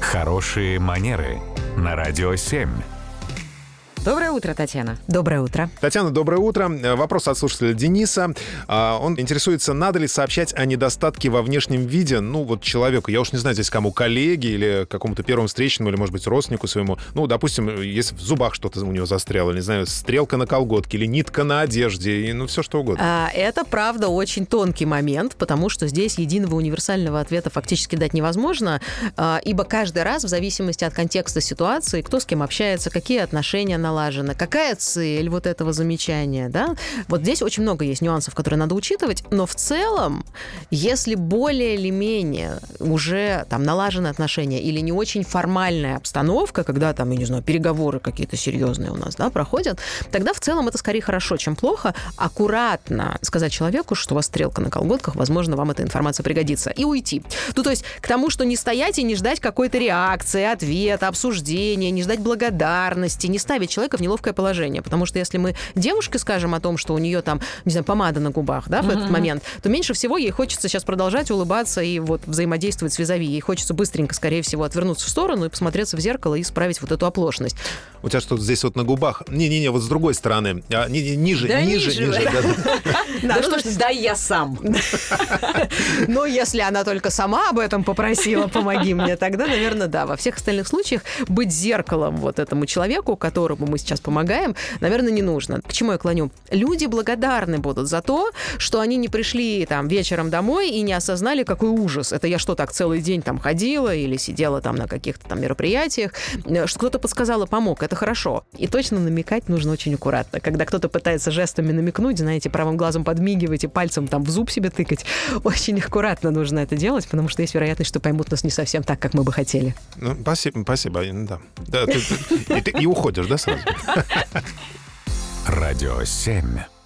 Хорошие манеры на Радио 7. Доброе утро, Татьяна. Доброе утро. Татьяна, доброе утро. Вопрос от слушателя Дениса. Он интересуется, надо ли сообщать о недостатке во внешнем виде, человеку, я уж не знаю, здесь кому, коллеге или какому-то первому встречному, или, может быть, родственнику своему. Допустим, если в зубах что-то у него застряло, не знаю, стрелка на колготке или нитка на одежде, и, все что угодно. Это, правда, очень тонкий момент, потому что здесь единого универсального ответа фактически дать невозможно, ибо каждый раз, в зависимости от контекста ситуации, кто с кем общается, какие отношения налажены, какая цель вот этого замечания, да? Вот здесь очень много есть нюансов, которые надо учитывать, но в целом, если более или менее уже там налажены отношения или не очень формальная обстановка, когда там, я не знаю, переговоры какие-то серьезные у нас, да, проходят, тогда в целом это скорее хорошо, чем плохо. Аккуратно сказать человеку, что у вас стрелка на колготках, возможно, вам эта информация пригодится, и уйти. То есть к тому, что не стоять и не ждать какой-то реакции, ответа, обсуждения, не ждать благодарности, не ставить человека в неловкое положение. Потому что если мы девушке скажем о том, что у нее там, не знаю, помада на губах, да, в этот момент, то меньше всего ей хочется сейчас продолжать улыбаться и вот взаимодействовать с визави. Ей хочется быстренько, скорее всего, отвернуться в сторону и посмотреться в зеркало и исправить вот эту оплошность. У тебя что-то здесь вот на губах? Не-не-не, вот с другой стороны. Ниже. Да что ж, дай я сам. Но если она только сама об этом попросила, помоги мне, тогда, наверное, да. Во всех остальных случаях быть зеркалом вот этому человеку, которому мы сейчас помогаем, наверное, не нужно. К чему я клоню? Люди благодарны будут за то, что они не пришли там вечером домой и не осознали, какой ужас. Это я что, так целый день там ходила или сидела там на каких-то там мероприятиях, что кто-то подсказал и помог. Это хорошо. И точно намекать нужно очень аккуратно. Когда кто-то пытается жестами намекнуть, знаете, правым глазом подмигивать и пальцем там в зуб себе тыкать, очень аккуратно нужно это делать, потому что есть вероятность, что поймут нас не совсем так, как мы бы хотели. Спасибо. Да, и уходишь, да, сразу? Радио 7.